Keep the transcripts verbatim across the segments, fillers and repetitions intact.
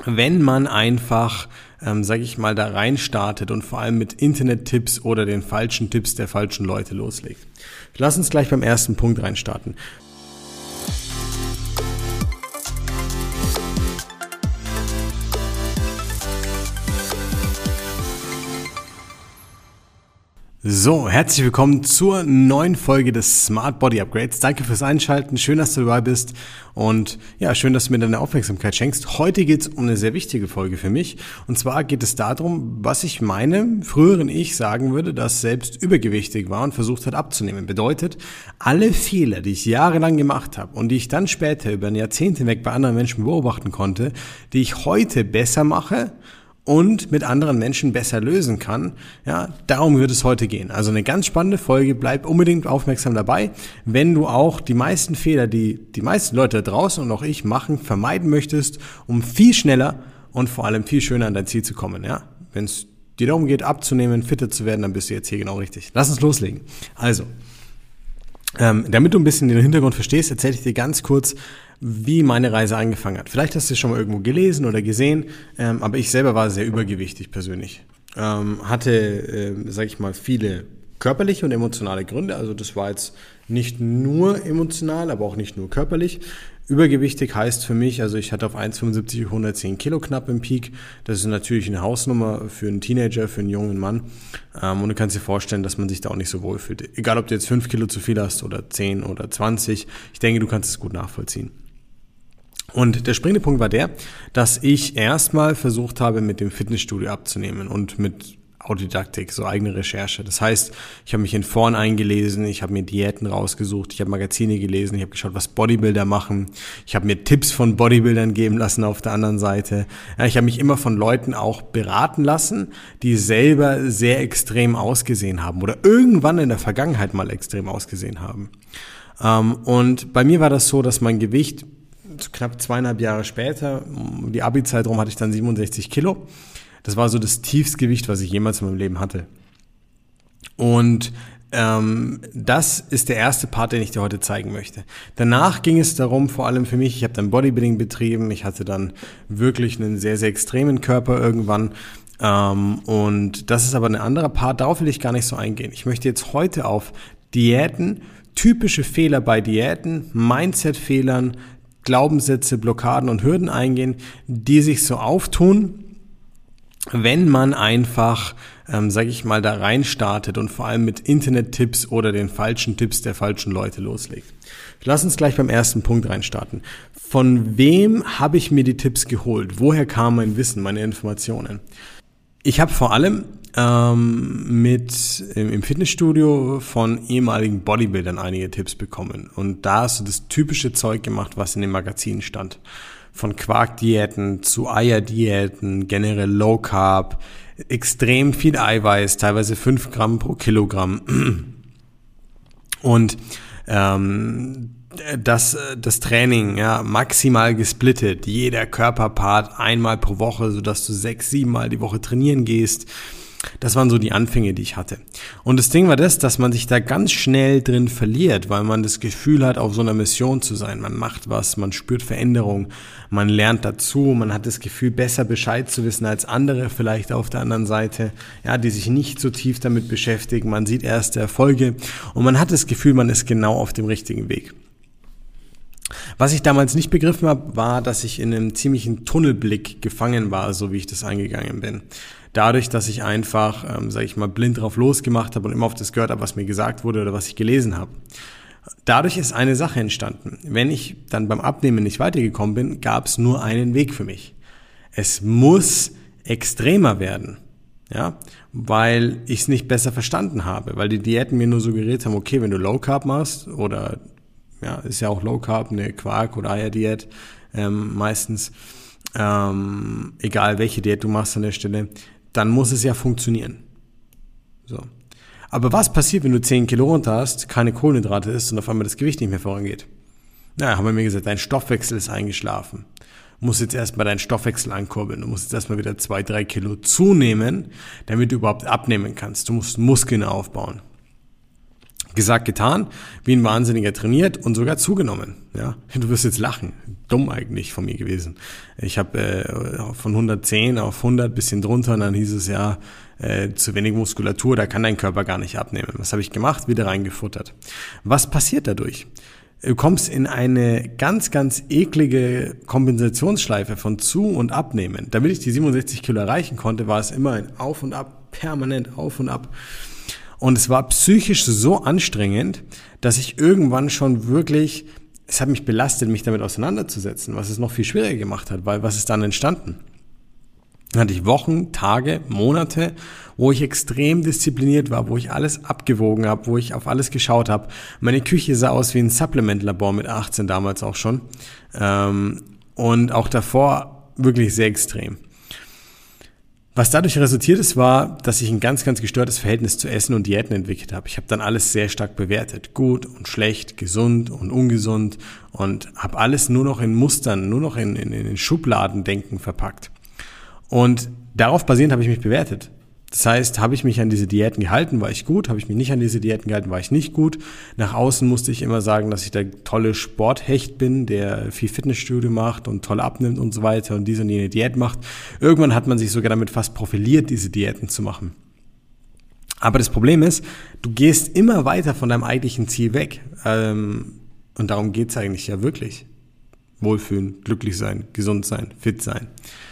wenn man einfach, ähm, sage ich mal, da rein startet und vor allem mit Internet-Tipps oder den falschen Tipps der falschen Leute loslegt. Lass uns gleich beim ersten Punkt reinstarten. So, herzlich willkommen zur neuen Folge des Smart Body Upgrades. Danke fürs Einschalten, schön, dass du dabei bist und ja, schön, dass du mir deine Aufmerksamkeit schenkst. Heute geht es um eine sehr wichtige Folge für mich und zwar geht es darum, was ich meinem früheren Ich sagen würde, das selbst übergewichtig war und versucht hat abzunehmen. Bedeutet, alle Fehler, die ich jahrelang gemacht habe und die ich dann später über ein Jahrzehnt hinweg bei anderen Menschen beobachten konnte, die ich heute besser mache und mit anderen Menschen besser lösen kann, ja, darum wird es heute gehen. Also eine ganz spannende Folge, bleib unbedingt aufmerksam dabei, wenn du auch die meisten Fehler, die die meisten Leute da draußen und auch ich machen, vermeiden möchtest, um viel schneller und vor allem viel schöner an dein Ziel zu kommen, ja. Wenn es dir darum geht, abzunehmen, fitter zu werden, dann bist du jetzt hier genau richtig. Lass uns loslegen. Also, ähm, damit du ein bisschen den Hintergrund verstehst, erzähle ich dir ganz kurz, wie meine Reise angefangen hat. Vielleicht hast du es schon mal irgendwo gelesen oder gesehen, ähm, aber ich selber war sehr übergewichtig persönlich. Ähm, hatte, äh, sag ich mal, viele körperliche und emotionale Gründe. Also das war jetzt nicht nur emotional, aber auch nicht nur körperlich. Übergewichtig heißt für mich, also ich hatte auf eins Komma fünfundsiebzig hundertzehn Kilo knapp im Peak. Das ist natürlich eine Hausnummer für einen Teenager, für einen jungen Mann. Ähm, und du kannst dir vorstellen, dass man sich da auch nicht so wohl fühlt. Egal, ob du jetzt fünf Kilo zu viel hast oder zehn oder zwanzig. Ich denke, du kannst es gut nachvollziehen. Und der springende Punkt war der, dass ich erstmal versucht habe, mit dem Fitnessstudio abzunehmen und mit Autodidaktik, so eigene Recherche. Das heißt, ich habe mich in Foren eingelesen, ich habe mir Diäten rausgesucht, ich habe Magazine gelesen, ich habe geschaut, was Bodybuilder machen, ich habe mir Tipps von Bodybuildern geben lassen auf der anderen Seite. Ja, ich habe mich immer von Leuten auch beraten lassen, die selber sehr extrem ausgesehen haben oder irgendwann in der Vergangenheit mal extrem ausgesehen haben. Und bei mir war das so, dass mein Gewicht knapp zweieinhalb Jahre später, um die Abi-Zeit rum, hatte ich dann siebenundsechzig Kilo. Das war so das Tiefstgewicht, was ich jemals in meinem Leben hatte. Und ähm, das ist der erste Part, den ich dir heute zeigen möchte. Danach ging es darum, vor allem für mich, ich habe dann Bodybuilding betrieben, ich hatte dann wirklich einen sehr, sehr extremen Körper irgendwann. Ähm, und das ist aber ein anderer Part, darauf will ich gar nicht so eingehen. Ich möchte jetzt heute auf Diäten, typische Fehler bei Diäten, Mindset-Fehlern, Glaubenssätze, Blockaden und Hürden eingehen, die sich so auftun, wenn man einfach, ähm, sage ich mal, da rein startet und vor allem mit Internet-Tipps oder den falschen Tipps der falschen Leute loslegt. Lass uns gleich beim ersten Punkt reinstarten. Von wem habe ich mir die Tipps geholt? Woher kam mein Wissen, meine Informationen? Ich habe vor allem ähm, mit im, im Fitnessstudio von ehemaligen Bodybuildern einige Tipps bekommen. Und da hast du das typische Zeug gemacht, was in den Magazinen stand. Von Quarkdiäten zu Eierdiäten, generell Low Carb, extrem viel Eiweiß, teilweise fünf Gramm pro Kilogramm. Und ähm, das, das Training, ja, maximal gesplittet, jeder Körperpart einmal pro Woche, sodass du sechs, sieben Mal die Woche trainieren gehst. Das waren so die Anfänge, die ich hatte. Und das Ding war das, dass man sich da ganz schnell drin verliert, weil man das Gefühl hat, auf so einer Mission zu sein. Man macht was, man spürt Veränderung, man lernt dazu, man hat das Gefühl, besser Bescheid zu wissen als andere vielleicht auf der anderen Seite, ja, die sich nicht so tief damit beschäftigen. Man sieht erste Erfolge und man hat das Gefühl, man ist genau auf dem richtigen Weg. Was ich damals nicht begriffen habe, war, dass ich in einem ziemlichen Tunnelblick gefangen war, so wie ich das eingegangen bin. Dadurch, dass ich einfach, ähm, sage ich mal, blind drauf losgemacht habe und immer auf das gehört habe, was mir gesagt wurde oder was ich gelesen habe. Dadurch ist eine Sache entstanden. Wenn ich dann beim Abnehmen nicht weitergekommen bin, gab es nur einen Weg für mich. Es muss extremer werden, ja, weil ich es nicht besser verstanden habe, weil die Diäten mir nur suggeriert haben, okay, wenn du Low Carb machst oder ja, ist ja auch Low Carb, eine Quark- oder Eierdiät ähm, meistens, ähm, egal welche Diät du machst an der Stelle, dann muss es ja funktionieren. So. Aber was passiert, wenn du zehn Kilo runter hast, keine Kohlenhydrate isst und auf einmal das Gewicht nicht mehr vorangeht? Naja, haben wir mir gesagt, dein Stoffwechsel ist eingeschlafen. Du musst jetzt erstmal deinen Stoffwechsel ankurbeln. Du musst jetzt erstmal wieder zwei, drei Kilo zunehmen, damit du überhaupt abnehmen kannst. Du musst Muskeln aufbauen. Gesagt, getan, wie ein Wahnsinniger trainiert und sogar zugenommen. Ja, du wirst jetzt lachen. Dumm eigentlich von mir gewesen. Ich habe äh, von hundertzehn auf hundert, bisschen drunter, und dann hieß es ja, äh, zu wenig Muskulatur, da kann dein Körper gar nicht abnehmen. Was habe ich gemacht? Wieder reingefuttert. Was passiert dadurch? Du kommst in eine ganz, ganz eklige Kompensationsschleife von zu- und abnehmen. Damit ich die siebenundsechzig Kilo erreichen konnte, war es immer ein Auf und Ab, permanent Auf und Ab. Und es war psychisch so anstrengend, dass ich irgendwann schon wirklich, es hat mich belastet, mich damit auseinanderzusetzen, was es noch viel schwieriger gemacht hat, weil was ist dann entstanden? Dann hatte ich Wochen, Tage, Monate, wo ich extrem diszipliniert war, wo ich alles abgewogen habe, wo ich auf alles geschaut habe. Meine Küche sah aus wie ein Supplement-Labor mit achtzehn damals auch schon. Und auch davor wirklich sehr extrem. Was dadurch resultiert ist, war, dass ich ein ganz, ganz gestörtes Verhältnis zu Essen und Diäten entwickelt habe. Ich habe dann alles sehr stark bewertet. Gut und schlecht, gesund und ungesund, und habe alles nur noch in Mustern, nur noch in, in, in Schubladendenken verpackt. Und darauf basierend habe ich mich bewertet. Das heißt, habe ich mich an diese Diäten gehalten, war ich gut. Habe ich mich nicht an diese Diäten gehalten, war ich nicht gut. Nach außen musste ich immer sagen, dass ich der tolle Sporthecht bin, der viel Fitnessstudio macht und toll abnimmt und so weiter und diese und jene Diät macht. Irgendwann hat man sich sogar damit fast profiliert, diese Diäten zu machen. Aber das Problem ist, du gehst immer weiter von deinem eigentlichen Ziel weg. Und darum geht's eigentlich ja wirklich. Wohlfühlen, glücklich sein, gesund sein, fit sein.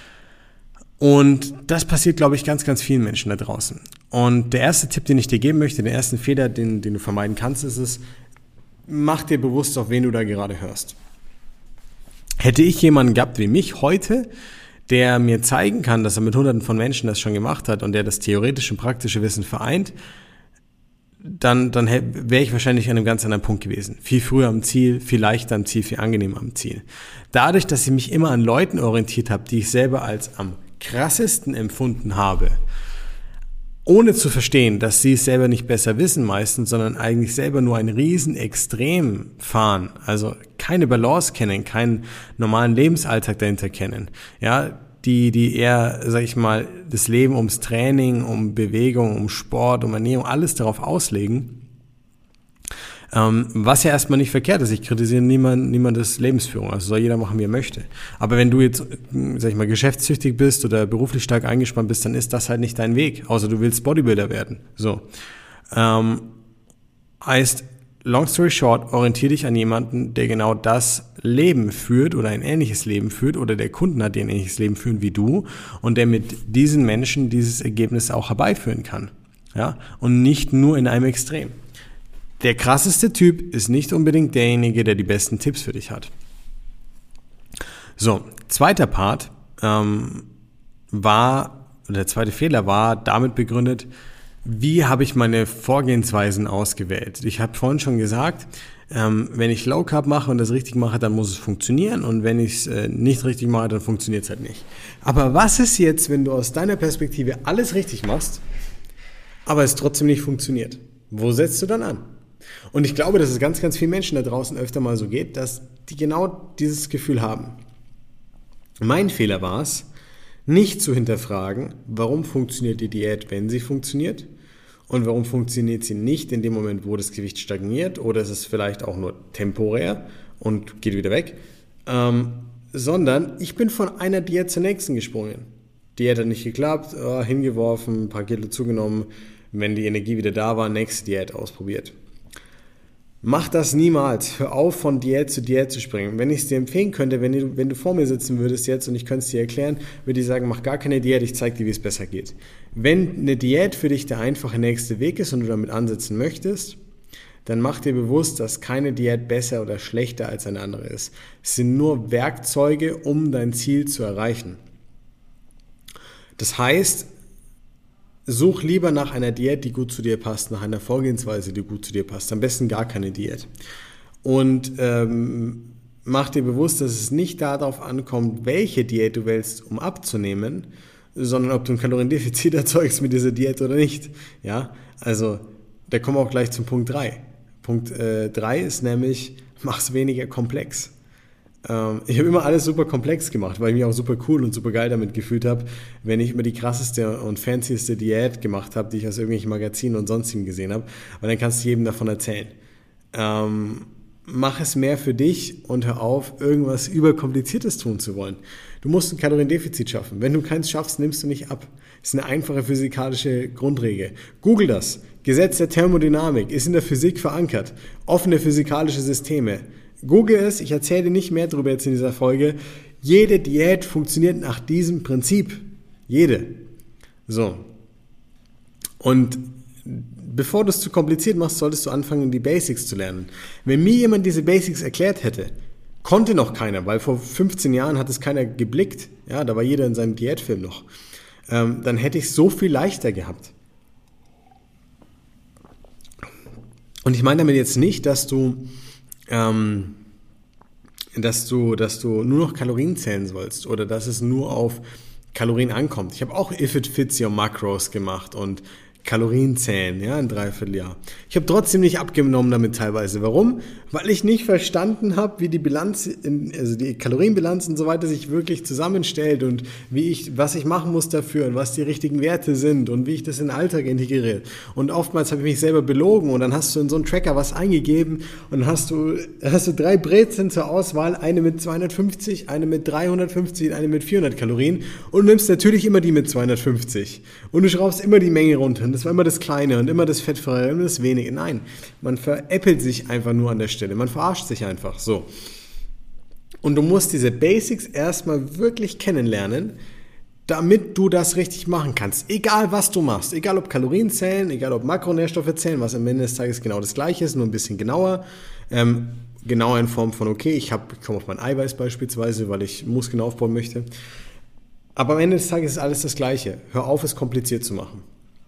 Und das passiert, glaube ich, ganz, ganz vielen Menschen da draußen. Und der erste Tipp, den ich dir geben möchte, den ersten Fehler, den, den du vermeiden kannst, ist es, mach dir bewusst, auf wen du da gerade hörst. Hätte ich jemanden gehabt wie mich heute, der mir zeigen kann, dass er mit hunderten von Menschen das schon gemacht hat und der das theoretische und praktische Wissen vereint, dann, dann wäre ich wahrscheinlich an einem ganz anderen Punkt gewesen. Viel früher am Ziel, viel leichter am Ziel, viel angenehmer am Ziel. Dadurch, dass ich mich immer an Leuten orientiert habe, die ich selber als am krassesten empfunden habe, ohne zu verstehen, dass sie es selber nicht besser wissen meistens, sondern eigentlich selber nur ein riesen Extrem fahren, also keine Balance kennen, keinen normalen Lebensalltag dahinter kennen, ja, die, die eher, sag ich mal, das Leben ums Training, um Bewegung, um Sport, um Ernährung, alles darauf auslegen, Ähm, was ja erstmal nicht verkehrt ist. Ich kritisiere niemand, niemandes Lebensführung. Also soll jeder machen, wie er möchte. Aber wenn du jetzt, sag ich mal, geschäftstüchtig bist oder beruflich stark eingespannt bist, dann ist das halt nicht dein Weg. Außer du willst Bodybuilder werden. So. Ähm, heißt, long story short, orientiere dich an jemanden, der genau das Leben führt oder ein ähnliches Leben führt oder der Kunden hat, die ein ähnliches Leben führen wie du und der mit diesen Menschen dieses Ergebnis auch herbeiführen kann. Ja? Und nicht nur in einem Extrem. Der krasseste Typ ist nicht unbedingt derjenige, der die besten Tipps für dich hat. So, zweiter Part ähm, war, oder der zweite Fehler war damit begründet, wie habe ich meine Vorgehensweisen ausgewählt? Ich habe vorhin schon gesagt, ähm, wenn ich Low Carb mache und das richtig mache, dann muss es funktionieren und wenn ich es äh, nicht richtig mache, dann funktioniert es halt nicht. Aber was ist jetzt, wenn du aus deiner Perspektive alles richtig machst, aber es trotzdem nicht funktioniert? Wo setzt du dann an? Und ich glaube, dass es ganz, ganz vielen Menschen da draußen öfter mal so geht, dass die genau dieses Gefühl haben. Mein Fehler war es, nicht zu hinterfragen, warum funktioniert die Diät, wenn sie funktioniert und warum funktioniert sie nicht in dem Moment, wo das Gewicht stagniert oder ist es vielleicht auch nur temporär und geht wieder weg, ähm, sondern ich bin von einer Diät zur nächsten gesprungen. Diät hat nicht geklappt, äh, hingeworfen, ein paar Kilo zugenommen, wenn die Energie wieder da war, nächste Diät ausprobiert. Mach das niemals. Hör auf, von Diät zu Diät zu springen. Wenn ich es dir empfehlen könnte, wenn du, wenn du vor mir sitzen würdest jetzt und ich könnte es dir erklären, würde ich sagen, mach gar keine Diät, ich zeige dir, wie es besser geht. Wenn eine Diät für dich der einfache nächste Weg ist und du damit ansetzen möchtest, dann mach dir bewusst, dass keine Diät besser oder schlechter als eine andere ist. Es sind nur Werkzeuge, um dein Ziel zu erreichen. Das heißt, such lieber nach einer Diät, die gut zu dir passt, nach einer Vorgehensweise, die gut zu dir passt. Am besten gar keine Diät. Und ähm, mach dir bewusst, dass es nicht darauf ankommt, welche Diät du wählst, um abzunehmen, sondern ob du ein Kaloriendefizit erzeugst mit dieser Diät oder nicht. Ja, also da kommen wir auch gleich zum Punkt drei. Punkt drei ist nämlich, mach's weniger komplex. Ähm, ich habe immer alles super komplex gemacht, weil ich mich auch super cool und super geil damit gefühlt habe, wenn ich immer die krasseste und fancieste Diät gemacht habe, die ich aus irgendwelchen Magazinen und sonstigem gesehen habe. Und dann kannst du jedem davon erzählen. Ähm, mach es mehr für dich und hör auf, irgendwas Überkompliziertes tun zu wollen. Du musst ein Kaloriendefizit schaffen. Wenn du keins schaffst, nimmst du nicht ab. Das ist eine einfache physikalische Grundregel. Google das. Gesetz der Thermodynamik ist in der Physik verankert. Offene physikalische Systeme. Google es, ich erzähle dir nicht mehr darüber jetzt in dieser Folge. Jede Diät funktioniert nach diesem Prinzip. Jede. So. Und bevor du es zu kompliziert machst, solltest du anfangen, die Basics zu lernen. Wenn mir jemand diese Basics erklärt hätte, konnte noch keiner, weil vor fünfzehn Jahren hat es keiner geblickt, ja, da war jeder in seinem Diätfilm noch, ähm, dann hätte ich es so viel leichter gehabt. Und ich meine damit jetzt nicht, dass du, ähm, dass du, dass du nur noch Kalorien zählen sollst oder dass es nur auf Kalorien ankommt. Ich habe auch If It Fits Your Macros gemacht und Kalorien zählen, ja, ein Dreivierteljahr. Ich habe trotzdem nicht abgenommen damit teilweise. Warum? Weil ich nicht verstanden habe, wie die Bilanz, also die Kalorienbilanz und so weiter sich wirklich zusammenstellt und wie ich, was ich machen muss dafür und was die richtigen Werte sind und wie ich das in den Alltag integriere. Und oftmals habe ich mich selber belogen und dann hast du in so einen Tracker was eingegeben und dann hast du, hast du drei Brezeln zur Auswahl, eine mit zweihundertfünfzig, eine mit dreihundertfünfzig und eine mit vierhundert Kalorien und du nimmst natürlich immer die mit zweihundertfünfzig und du schraubst immer die Menge runter. Das war immer das Kleine und immer das Fettfreie und das Wenige. Nein, man veräppelt sich einfach nur an der Stelle. Man verarscht sich einfach so. Und du musst diese Basics erstmal wirklich kennenlernen, damit du das richtig machen kannst. Egal, was du machst. Egal, ob Kalorien zählen, egal, ob Makronährstoffe zählen, was am Ende des Tages genau das Gleiche ist, nur ein bisschen genauer. Ähm, genauer in Form von, okay, ich, hab, ich komme auf mein Eiweiß beispielsweise, weil ich Muskeln aufbauen möchte. Aber am Ende des Tages ist alles das Gleiche. Hör auf, es kompliziert zu machen.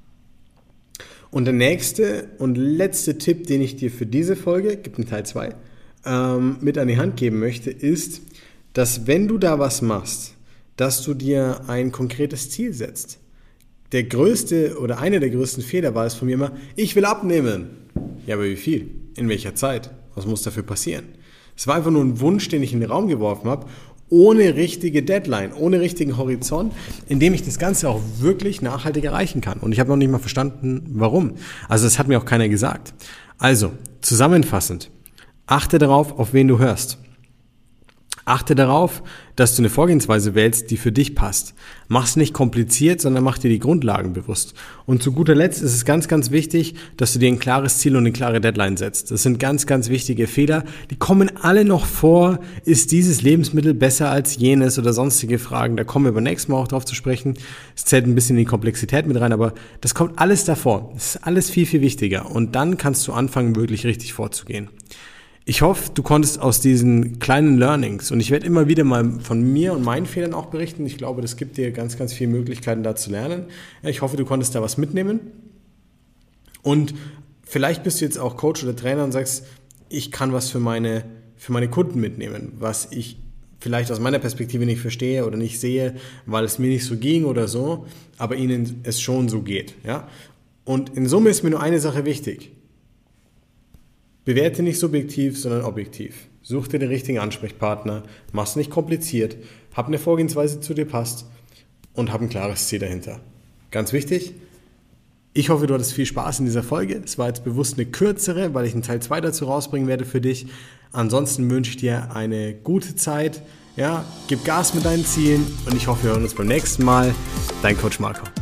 Und der nächste und letzte Tipp, den ich dir für diese Folge, gibt einen Teil zwei, ähm, mit an die Hand geben möchte, ist, dass wenn du da was machst, dass du dir ein konkretes Ziel setzt. Der größte oder einer der größten Fehler war es von mir immer, ich will abnehmen. Ja, aber wie viel? In welcher Zeit? Was muss dafür passieren? Es war einfach nur ein Wunsch, den ich in den Raum geworfen habe, ohne richtige Deadline, ohne richtigen Horizont, in dem ich das Ganze auch wirklich nachhaltig erreichen kann. Und ich habe noch nicht mal verstanden, warum. Also das hat mir auch keiner gesagt. Also, zusammenfassend, achte darauf, auf wen du hörst. Achte darauf, dass du eine Vorgehensweise wählst, die für dich passt. Mach's nicht kompliziert, sondern mach dir die Grundlagen bewusst. Und zu guter Letzt ist es ganz, ganz wichtig, dass du dir ein klares Ziel und eine klare Deadline setzt. Das sind ganz, ganz wichtige Fehler. Die kommen alle noch vor. Ist dieses Lebensmittel besser als jenes oder sonstige Fragen? Da kommen wir beim nächsten Mal auch drauf zu sprechen. Es zählt ein bisschen in die Komplexität mit rein, aber das kommt alles davor. Das ist alles viel, viel wichtiger. Und dann kannst du anfangen, wirklich richtig vorzugehen. Ich hoffe, du konntest aus diesen kleinen Learnings, und ich werde immer wieder mal von mir und meinen Fehlern auch berichten, ich glaube, das gibt dir ganz, ganz viele Möglichkeiten da zu lernen. Ich hoffe, du konntest da was mitnehmen und vielleicht bist du jetzt auch Coach oder Trainer und sagst, ich kann was für meine, für meine Kunden mitnehmen, was ich vielleicht aus meiner Perspektive nicht verstehe oder nicht sehe, weil es mir nicht so ging oder so, aber ihnen es schon so geht. Ja? Und in Summe ist mir nur eine Sache wichtig. Bewerte nicht subjektiv, sondern objektiv. Such dir den richtigen Ansprechpartner, mach's nicht kompliziert, hab eine Vorgehensweise, die zu dir passt und hab ein klares Ziel dahinter. Ganz wichtig, ich hoffe, du hattest viel Spaß in dieser Folge. Es war jetzt bewusst eine kürzere, weil ich einen Teil zwei dazu rausbringen werde für dich. Ansonsten wünsche ich dir eine gute Zeit. Ja, gib Gas mit deinen Zielen und ich hoffe, wir hören uns beim nächsten Mal. Dein Coach Marco.